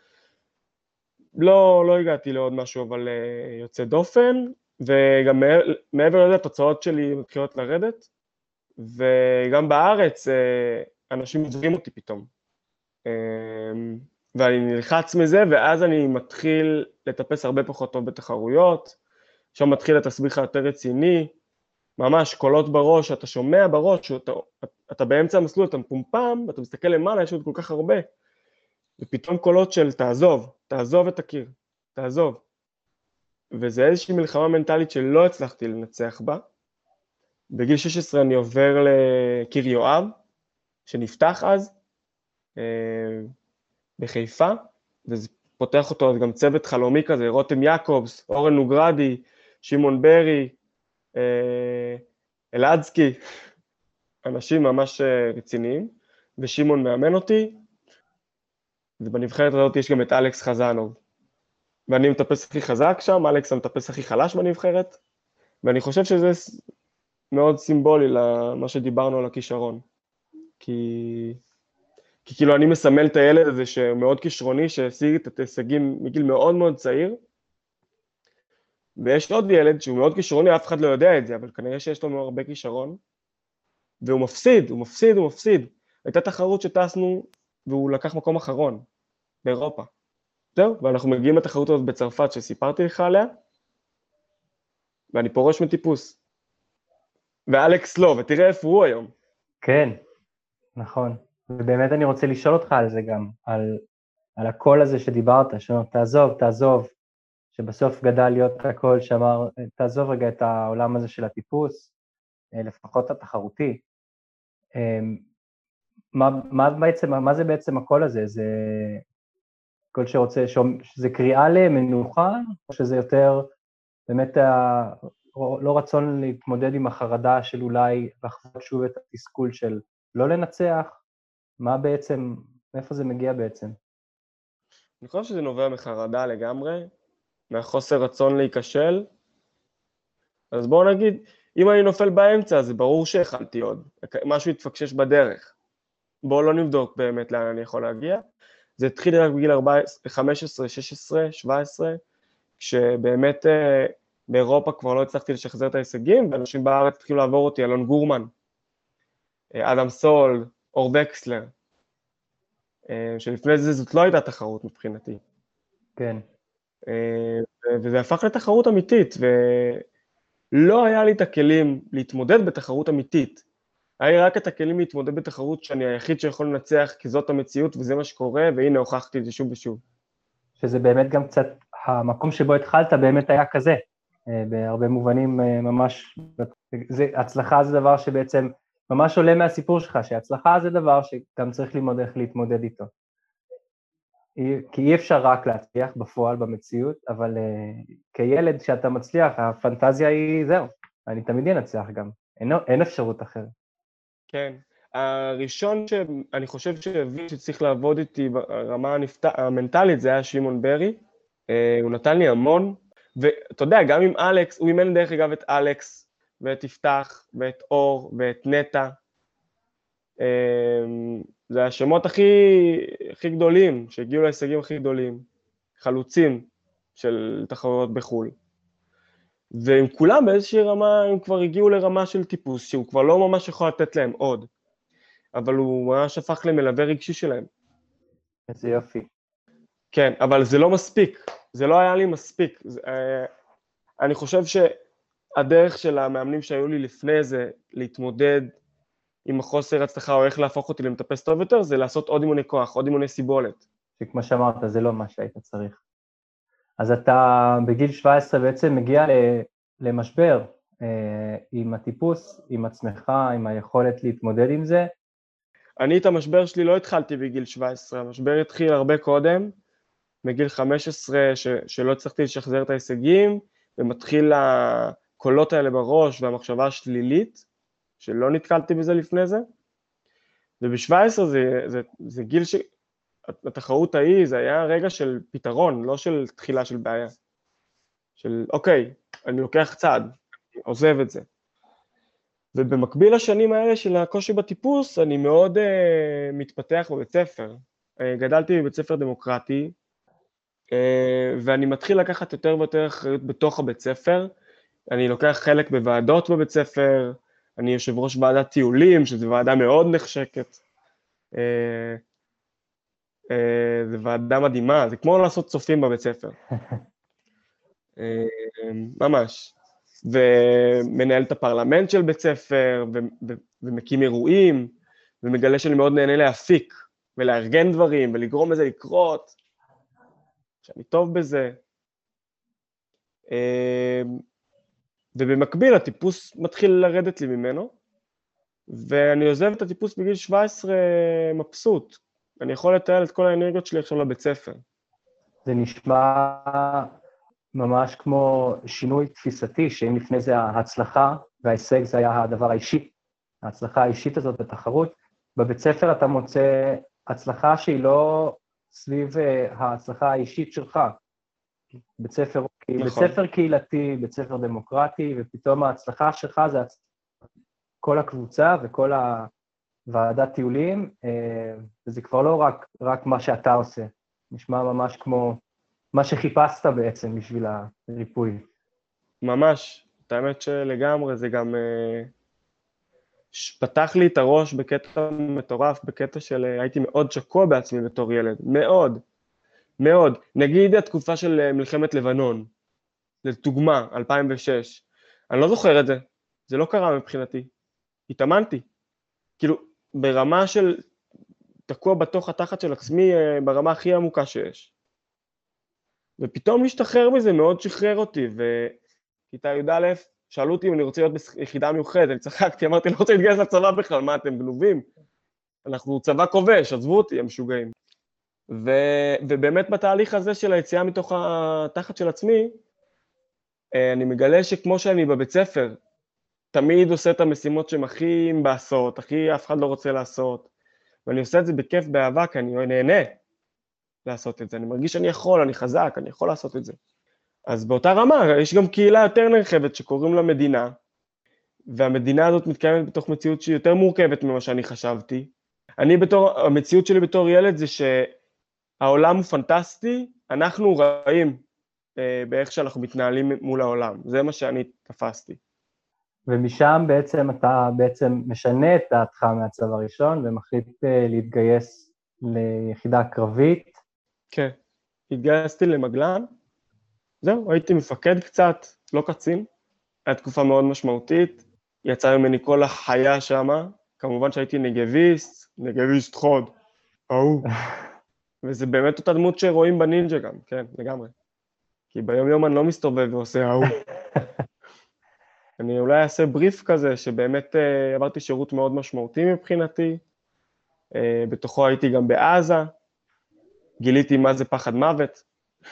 לא, לא הגעתי לעוד משהו, אבל uh, יוצא דופן, וגם מעבר לזה התוצאות שלי מתחילות לרדת, וגם בארץ uh, אנשים עוזרים אותי פתאום. Uh, ואני נלחץ מזה, ואז אני מתחיל לטפס הרבה פחות טוב בתחרויות, עכשיו מתחיל התסביך היותר רציני, ממש קולות בראש, אתה שומע בראש, אתה, אתה באמצע המסלול, אתה מפומפם, ואתה מסתכל למעלה, יש עוד כל כך הרבה, ופתאום קולות של תעזוב, תעזוב את הקיר, תעזוב. וזה איזושהי מלחמה מנטלית שלא הצלחתי לנצח בה. בגיל שש עשרה אני עובר לקיר יואב, שנפתח אז, בחיפה, וזה פותח אותו אז גם צוות חלומי כזה, רותם יעקובס, אורן נוגרדי, שמעון ברי, אלעדסקי, אנשים ממש רציניים, ושמעון מאמן אותי, ובנבחרת הזאת יש גם את אלכס חזנוב, ואני מטפס הכי חזק שם, אלכס המטפס הכי חלש בנבחרת, ואני חושב שזה מאוד סימבולי למה שדיברנו על הכישרון, כי, כי כאילו אני מסמל את הילד הזה שמאוד כישרוני, שהשיג את ההישגים מגיל מאוד מאוד צעיר, ויש עוד ילד שהוא מאוד כישרוני, אף אחד לא יודע את זה, אבל כנראה שיש לו מאוד הרבה כישרון, והוא מפסיד, הוא מפסיד, הוא מפסיד. הייתה תחרות שטסנו, והוא לקח מקום אחרון, באירופה. זהו, ואנחנו מגיעים לתחרות הזאת בצרפת, שסיפרתי לך עליה, ואני פורש מטיפוס. ואלכס לא, ותראה איפה הוא היום. כן, נכון. ובאמת אני רוצה לשאול אותך על זה גם, על, על הקול הזה שדיברת, שאומר, תעזוב, תעזוב, שבסוף גדל להיות הקול שאמר, תעזוב רגע את העולם הזה של הטיפוס, לפחות התחרותי. מה, מה, בעצם, מה זה בעצם הקול הזה? זה קול שרוצה, שזה קריאה למנוחה, או שזה יותר באמת ה, לא רצון להתמודד עם החרדה של אולי לחוות שוב את התסכול של לא לנצח? מה בעצם, מאיפה זה מגיע בעצם? אני חושב שזה נובע מחרדה לגמרי, מהחוסר רצון להיכשל. אז בואו נגיד, אם אני נופל באמצע, זה ברור שהחלתי עוד, משהו יתפקשש בדרך. בואו לא נבדוק באמת לאן אני יכול להגיע. זה התחיל רק בגיל חמש עשרה, שש עשרה, שבע עשרה, כשבאמת באירופה כבר לא הצלחתי לשחזר את ההישגים, ואנשים בארץ התחילו לעבור אותי, אלון גורמן, אדם סול, אור וקסלר, שלפני זה זאת לא הייתה תחרות מבחינתי. כן. וזה הפך לתחרות אמיתית, ולא היה לי את הכלים להתמודד בתחרות אמיתית. היה לי רק את הכלים להתמודד בתחרות שאני היחיד שיכול לנצח, כי זאת המציאות וזה מה שקורה, והנה הוכחתי את זה שוב ושוב. שזה באמת גם קצת, המקום שבו התחלת באמת היה כזה, בהרבה מובנים ממש, זה, הצלחה זה דבר שבעצם ממש עולה מהסיפור שלך, שהצלחה זה דבר שגם צריך ללמוד איך להתמודד איתו. כי אי אפשר רק להצליח בפועל במציאות, אבל uh, כילד שאתה מצליח, הפנטזיה היא זהו, אני תמיד אנצח גם, אין, אין אפשרות אחרת. כן, הראשון שאני חושב שהבין שצריך לעבוד איתי ברמה הנפת... המנטלית, זה היה שמעון ברי, uh, הוא נתן לי המון, ואתה יודע, גם עם אלכס, הוא אימן דרך אגב את אלכס, ואת יפתח, ואת אור, ואת נטע, uh, זה השמות הכי, הכי גדולים, שהגיעו להישגים הכי גדולים, חלוצים של תחרויות בחו"ל. ועם כולם באיזושהי רמה, הם כבר הגיעו לרמה של טיפוס, שהוא כבר לא ממש יכול לתת להם עוד, אבל הוא ממש הפך למלווה רגשי שלהם. איזה יופי. כן, אבל זה לא מספיק, זה לא היה לי מספיק. זה, אני חושב שהדרך של המאמנים שהיו לי לפני זה, להתמודד, עם החוסר הצלחה או איך להפוך אותי למטפס טוב יותר, זה לעשות עוד אימוני כוח, עוד אימוני סיבולת. שכמו שאמרת, זה לא מה שהיית צריך. אז אתה בגיל שבע עשרה בעצם מגיע למשבר עם הטיפוס, עם עצמך, עם היכולת להתמודד עם זה. אני את המשבר שלי לא התחלתי בגיל שבע עשרה, המשבר התחיל הרבה קודם, מגיל חמש עשרה ש- שלא הצלחתי לשחזר את ההישגים, ומתחיל הקולות האלה בראש והמחשבה השלילית, שלא נתקלתי בזה לפני זה, וב-שבע עשרה זה, זה, זה גיל ש... התחרות ההיא, זה היה רגע של פתרון, לא של תחילה של בעיה. של, אוקיי, אני לוקח צעד, עוזב את זה. ובמקביל לשנים האלה של הקושי בטיפוס, אני מאוד uh, מתפתח בבית ספר. Uh, גדלתי בבית ספר דמוקרטי, uh, ואני מתחיל לקחת יותר ויותר אחריות בתוך הבית ספר. אני לוקח חלק בוועדות בבית ספר, אני יושב ראש ועדת טיולים, שזו ועדה מאוד נחשקת. זו ועדה מדהימה, זה כמו לעשות צופים בבית ספר. ממש. ומנהל את הפרלמנט של בית ספר, ומקים אירועים, ומגלה שאני מאוד נהנה להפיק, ולארגן דברים, ולגרום לזה לקרות, שאני טוב בזה. ובמקביל, הטיפוס מתחיל לרדת לי ממנו, ואני עוזב את הטיפוס בגיל שבע עשרה מבסוט. אני יכול לתאר את כל האנרגיות שלי עכשיו לבית ספר. זה נשמע ממש כמו שינוי תפיסתי, שאם לפני זה ההצלחה וההישג זה היה הדבר האישי, ההצלחה האישית הזאת בתחרות, בבית ספר אתה מוצא הצלחה שהיא לא סביב ההצלחה האישית שלך. בית ספר, נכון. בית ספר קהילתי, בית ספר דמוקרטי, ופתאום ההצלחה שלך זה כל הקבוצה וכל הוועדת טיולים, וזה כבר לא רק, רק מה שאתה עושה. נשמע ממש כמו מה שחיפשת בעצם בשביל הריפוי. ממש, את האמת שלגמרי, זה גם פתח לי את הראש בקטע מטורף, בקטע של הייתי מאוד שקוע בעצמי בתור ילד, מאוד, מאוד. נגיד התקופה של מלחמת לבנון, לדוגמה, אלפיים ושש, אני לא זוכר את זה, זה לא קרה מבחינתי, התאמנתי, כאילו ברמה של תקוע בתוך התחת של עצמי, ברמה הכי עמוקה שיש. ופתאום להשתחרר מזה מאוד שחרר אותי, וכיתה י"א, שאלו אותי אם אני רוצה להיות ביחידה מיוחדת, אני צחקתי, אמרתי, אני לא רוצה להתגייס לצבא בכלל, מה אתם גנובים? אנחנו צבא כובש, עזבו אותי, הם משוגעים. ו... ובאמת בתהליך הזה של היציאה מתוך התחת של עצמי, אני מגלה שכמו שאני בבית ספר, תמיד עושה את המשימות שהן הכי מבאסות, הכי אף אחד לא רוצה לעשות, ואני עושה את זה בכיף, באהבה, כי אני נהנה לעשות את זה, אני מרגיש שאני יכול, אני חזק, אני יכול לעשות את זה. אז באותה רמה, יש גם קהילה יותר נרחבת שקוראים לה מדינה, והמדינה הזאת מתקיימת בתוך מציאות שהיא יותר מורכבת ממה שאני חשבתי. אני בתור, המציאות שלי בתור ילד זה שהעולם הוא פנטסטי, אנחנו רעים אה, באיך שאנחנו מתנהלים מול העולם, זה מה שאני תפסתי. ומשם בעצם אתה בעצם משנה את דעתך מהצבא הראשון, ומחליט להתגייס ליחידה קרבית. כן, התגייסתי למגלן, זהו, הייתי מפקד קצת, לא קצין, הייתה תקופה מאוד משמעותית, יצא ממני כל החיה שמה, כמובן שהייתי נגביסט, נגביסט חוד, אהו, וזה באמת אותה דמות שרואים בנינג'ה גם, כן, לגמרי, כי ביום יום אני לא מסתובב ועושה אהו. אני אולי אעשה בריף כזה, שבאמת uh, עברתי שירות מאוד משמעותי מבחינתי, uh, בתוכו הייתי גם בעזה, גיליתי מה זה פחד מוות,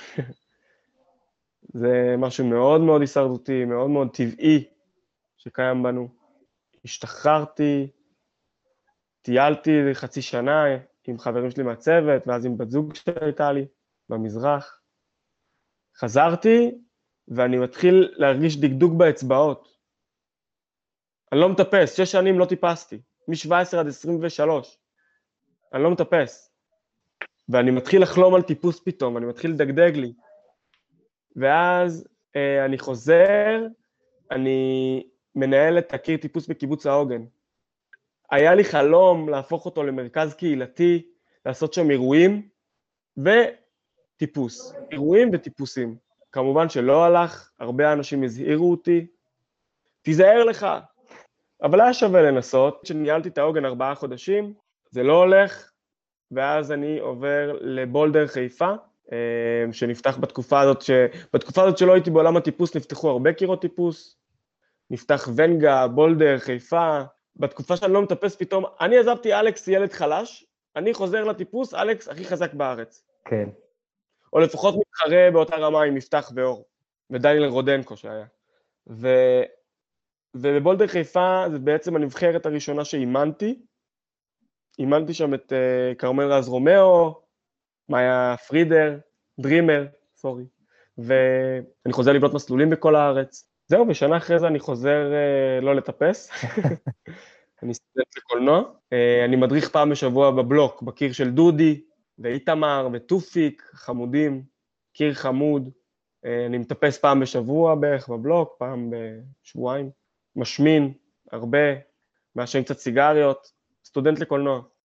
זה משהו מאוד מאוד הישרדותי, מאוד מאוד טבעי שקיים בנו. השתחררתי, טיילתי חצי שנה עם חברים שלי מהצוות, ואז עם בת זוג שהייתה לי במזרח. חזרתי, ואני מתחיל להרגיש דקדוק באצבעות. אני לא מטפס, שש שנים לא טיפסתי, מ-שבע עשרה עד עשרים ושלוש. אני לא מטפס. ואני מתחיל לחלום על טיפוס פתאום, אני מתחיל לדגדג לי. ואז אה, אני חוזר, אני מנהל את הקיר טיפוס בקיבוץ העוגן. היה לי חלום להפוך אותו למרכז קהילתי, לעשות שם אירועים וטיפוס. אירועים וטיפוסים. כמובן שלא הלך, הרבה אנשים הזהירו אותי, תיזהר לך. אבל היה שווה לנסות, כשניהלתי את העוגן ארבעה חודשים, זה לא הולך, ואז אני עובר לבולדר חיפה, שנפתח בתקופה הזאת, שבתקופה הזאת שלא הייתי בעולם הטיפוס, נפתחו הרבה קירות טיפוס, נפתח ונגה, בולדר, חיפה, בתקופה שאני לא מטפס פתאום, אני עזבתי אלכס ילד חלש, אני חוזר לטיפוס, אלכס הכי חזק בארץ. כן. או לפחות מתחרה באותה רמה עם מפתח ואור, ודניאל רודנקו שהיה. ו... ובבולדר חיפה זה בעצם הנבחרת הראשונה שאימנתי, אימנתי שם את uh, קרמל רז רומאו, מאיה פרידר, דרימר, סורי, ואני חוזר לבנות מסלולים בכל הארץ. זהו, בשנה אחרי זה אני חוזר uh, לא לטפס, אני סטודנט לקולנוע, uh, אני מדריך פעם בשבוע בבלוק, בקיר של דודי, ואיתמר וטופיק, חמודים, קיר חמוד, uh, אני מטפס פעם בשבוע בערך בבלוק, פעם בשבועיים, משמין, הרבה, מעשן קצת סיגריות, סטודנט לקולנוע.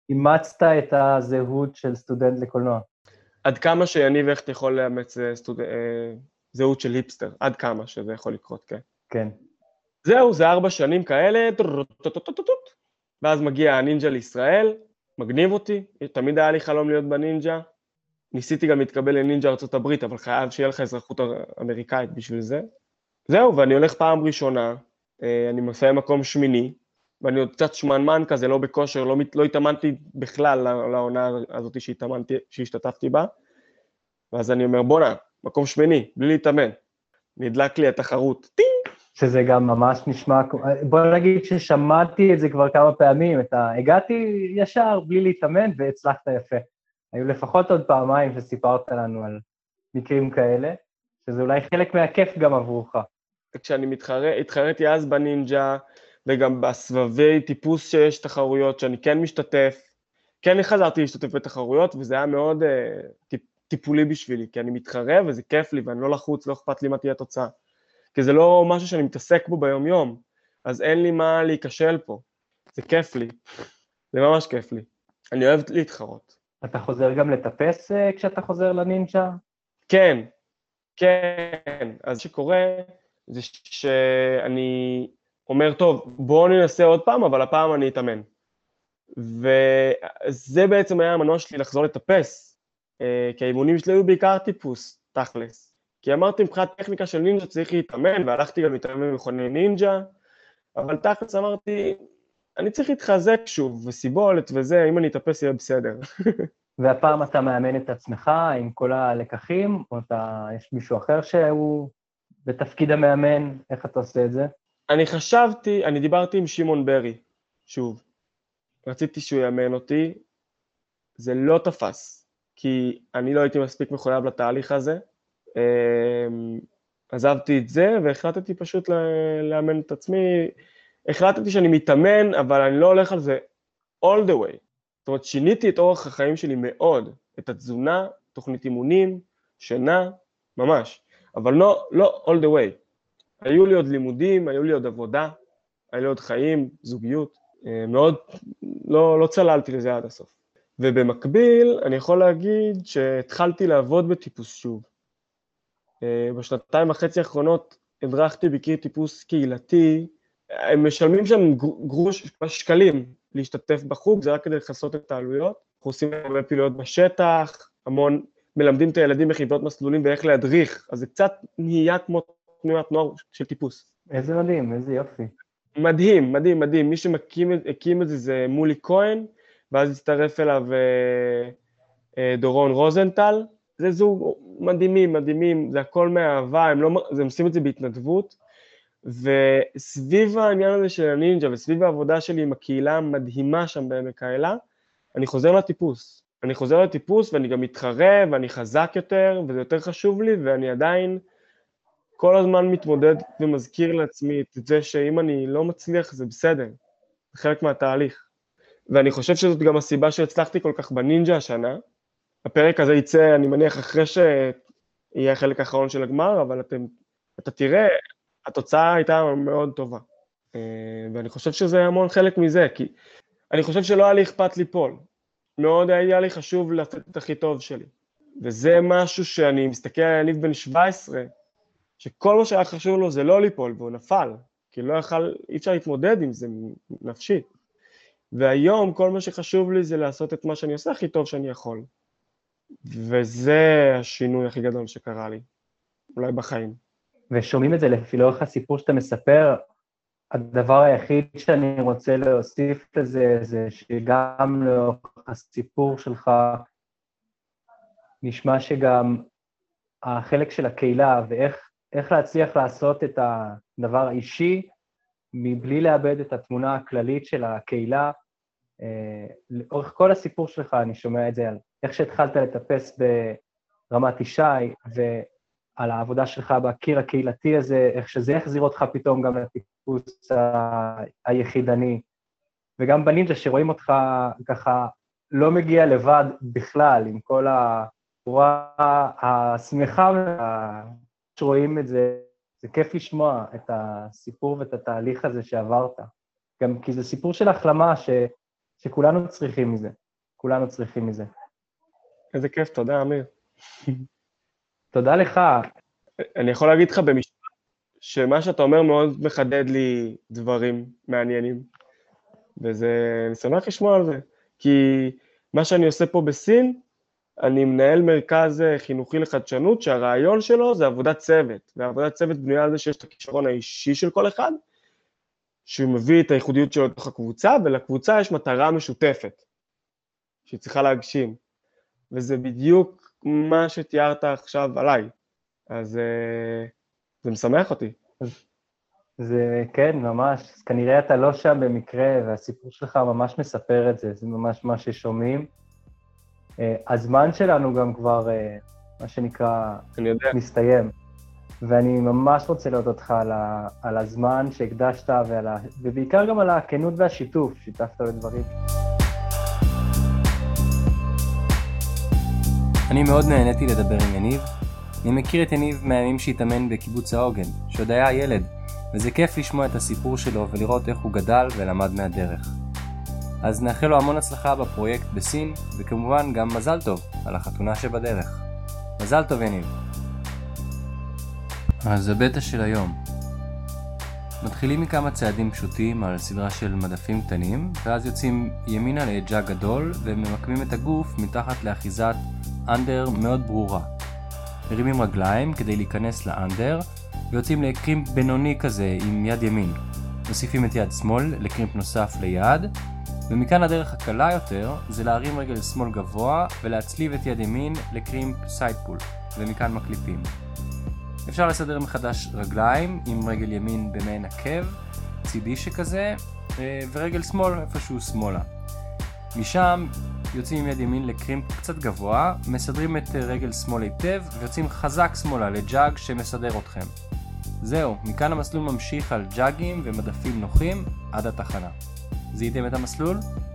אימצת את הזהות של סטודנט לקולנוע. עד כמה שיניב איך אתה יכול לאמץ סטוד... זהות של היפסטר, עד כמה שזה יכול לקרות, כן. כן. זהו, זה ארבע שנים כאלה, ואז מגיע הנינג'ה לישראל, מגניב אותי, תמיד היה לי חלום להיות בנינג'ה, ניסיתי גם להתקבל לנינג'ה ארצות הברית, אבל חייב שיהיה לך אזרחות אמריקאית בשביל זה. זהו, ואני הולך פעם ראשונה, אני מסיים מקום שמיני, ואני עוד קצת שמנמן כזה, לא בכושר, לא, לא התאמנתי בכלל לעונה הזאת שהשתתפתי בה, ואז אני אומר, בונה, מקום שמיני, בלי להתאמן. נדלק לי התחרות, טינג! שזה גם ממש נשמע, בוא נגיד ששמעתי את זה כבר כמה פעמים, את ה... הגעתי ישר בלי להתאמן והצלחת יפה. היו לפחות עוד פעמיים שסיפרת לנו על מקרים כאלה, שזה אולי חלק מהכיף גם עבורך. כשאני מתחרה, התחרתי אז בנינג'ה, וגם בסבבי טיפוס שיש תחרויות, שאני כן משתתף, כן חזרתי להשתתף בתחרויות, וזה היה מאוד uh, טיפ, טיפולי בשבילי, כי אני מתחרה וזה כיף לי, ואני לא לחוץ, לא אכפת לי מה תהיה התוצאה. כי זה לא משהו שאני מתעסק בו ביום יום, אז אין לי מה להיכשל פה. זה כיף לי, זה ממש כיף לי. אני אוהב להתחרות. אתה חוזר גם לטפס כשאתה חוזר לנינג'ה? כן, כן. אז שקורה זה שאני אומר, טוב, בואו ננסה עוד פעם, אבל הפעם אני אתאמן. וזה בעצם היה המנוע שלי לחזור לטפס, כי האימונים שלי היו בעיקר טיפוס, תכלס. כי אמרתי, מבחינת טכניקה של נינג'ה צריך להתאמן, והלכתי גם להתאמן במכוני נינג'ה, אבל תכלס אמרתי, אני צריך להתחזק שוב, וסיבולת וזה, אם אני אתאפס יהיה בסדר. והפעם אתה מאמן את עצמך עם כל הלקחים, או אתה, יש מישהו אחר שהוא בתפקיד המאמן, איך אתה עושה את זה? אני חשבתי, אני דיברתי עם שמעון ברי, שוב, רציתי שהוא יאמן אותי, זה לא תפס, כי אני לא הייתי מספיק מחויב לתהליך הזה, עזבתי את זה והחלטתי פשוט לאמן את עצמי, החלטתי שאני מתאמן, אבל אני לא הולך על זה all the way, זאת אומרת שיניתי את אורח החיים שלי מאוד, את התזונה, תוכנית אימונים, שינה, ממש, אבל לא, לא all the way, היו לי עוד לימודים, היו לי עוד עבודה, היו לי עוד חיים, זוגיות, מאוד, לא, לא צללתי לזה עד הסוף. ובמקביל, אני יכול להגיד שהתחלתי לעבוד בטיפוס שוב. בשנתיים וחצי האחרונות הדרכתי בקיר טיפוס קהילתי, הם משלמים שם גרוש שקלים להשתתף בחוג, זה רק כדי לחסות את העלויות. אנחנו עושים הרבה פעילויות בשטח, המון מלמדים את הילדים בחברות מסלולים ואיך להדריך, אז זה קצת נהיה כמו תנועת נוער של טיפוס. איזה מדהים, איזה יופי. מדהים, מדהים, מדהים. מי שמקים את זה זה מולי כהן, ואז הצטרף אליו דורון רוזנטל. זה זוג מדהימים, מדהימים, זה הכל מאהבה, הם, לא, הם עושים את זה בהתנדבות, וסביב העניין הזה של הנינג'ה, וסביב העבודה שלי עם הקהילה המדהימה שם בעמק האלה, אני חוזר לטיפוס. אני חוזר לטיפוס ואני גם מתחרה, ואני חזק יותר, וזה יותר חשוב לי, ואני עדיין כל הזמן מתמודד ומזכיר לעצמי את זה שאם אני לא מצליח זה בסדר, זה חלק מהתהליך. ואני חושב שזאת גם הסיבה שהצלחתי כל כך בנינג'ה השנה. הפרק הזה יצא, אני מניח, אחרי שיהיה החלק האחרון של הגמר, אבל אתם, אתה תראה, התוצאה הייתה מאוד טובה. ואני חושב שזה המון חלק מזה, כי אני חושב שלא היה לי אכפת ליפול. מאוד היה לי חשוב לתת את הכי טוב שלי. וזה משהו שאני מסתכל על יניב בן שבע עשרה, שכל מה שהיה חשוב לו זה לא ליפול, והוא נפל, כי לא יכל, אי אפשר להתמודד עם זה נפשית. והיום כל מה שחשוב לי זה לעשות את מה שאני עושה הכי טוב שאני יכול. וזה השינוי הכי גדול שקרה לי, אולי בחיים. ושומעים את זה לפי לאורך הסיפור שאתה מספר, הדבר היחיד שאני רוצה להוסיף לזה, זה שגם לאורך הסיפור שלך, נשמע שגם החלק של הקהילה, ואיך איך להצליח לעשות את הדבר האישי, מבלי לאבד את התמונה הכללית של הקהילה. לאורך כל הסיפור שלך אני שומע את זה, על איך שהתחלת לטפס ברמת ישי, ועל העבודה שלך בקיר הקהילתי הזה, איך שזה יחזיר אותך פתאום גם לטיפוס היחידני, וגם בנינג'ה שרואים אותך ככה לא מגיע לבד בכלל, עם כל התורה השמחה שרואים את זה, זה כיף לשמוע את הסיפור ואת התהליך הזה שעברת, גם כי זה סיפור של החלמה ש, שכולנו צריכים מזה, כולנו צריכים מזה. איזה כיף, תודה, אמיר. תודה לך. אני יכול להגיד לך במשפט, שמה שאתה אומר מאוד מחדד לי דברים מעניינים, וזה, אני שמח לשמוע על זה, כי מה שאני עושה פה בסין, אני מנהל מרכז חינוכי לחדשנות, שהרעיון שלו זה עבודת צוות, ועבודת צוות בנויה על זה שיש את הכישרון האישי של כל אחד, שהוא מביא את הייחודיות שלו לתוך הקבוצה, ולקבוצה יש מטרה משותפת, שהיא צריכה להגשים, וזה בדיוק מה שתיארת עכשיו עליי, אז זה משמח אותי. זה כן, ממש, כנראה אתה לא שם במקרה, והסיפור שלך ממש מספר את זה, זה ממש מה ששומעים. הזמן שלנו גם כבר, מה שנקרא, מסתיים, ואני ממש רוצה להודות אותך על, ה, על הזמן שהקדשת, ועל ה, ובעיקר גם על הכנות והשיתוף, שיתפת לדברים. אני מאוד נהניתי לדבר עם יניב. אני מכיר את יניב מהימים שהתאמן בקיבוץ העוגן, שעוד היה ילד, וזה כיף לשמוע את הסיפור שלו ולראות איך הוא גדל ולמד מהדרך. אז נאחל לו המון הצלחה בפרויקט בסין, וכמובן גם מזל טוב על החתונה שבדרך. מזל טוב יניב. אז הבטא של היום. מתחילים מכמה צעדים פשוטים על סדרה של מדפים קטנים, ואז יוצאים ימינה לג'אג גדול וממקמים את הגוף מתחת לאחיזת אנדר מאוד ברורה. מרימים רגליים כדי להיכנס לאנדר, ויוצאים לקרימפ בינוני כזה עם יד ימין. מוסיפים את יד שמאל לקרימפ נוסף ליד, ומכאן הדרך הקלה יותר זה להרים רגל שמאל גבוה ולהצליב את יד ימין לקרימפ סייד פול, ומכאן מקליפים. אפשר לסדר מחדש רגליים עם רגל ימין במעין עקב, צידי שכזה, ורגל שמאל איפשהו שמאלה. משם יוצאים עם יד ימין לקרימפ קצת גבוה, מסדרים את רגל שמאל היטב ויוצאים חזק שמאלה לג'אג שמסדר אתכם. זהו, מכאן המסלול ממשיך על ג'אגים ומדפים נוחים עד התחנה. זיהיתם את המסלול?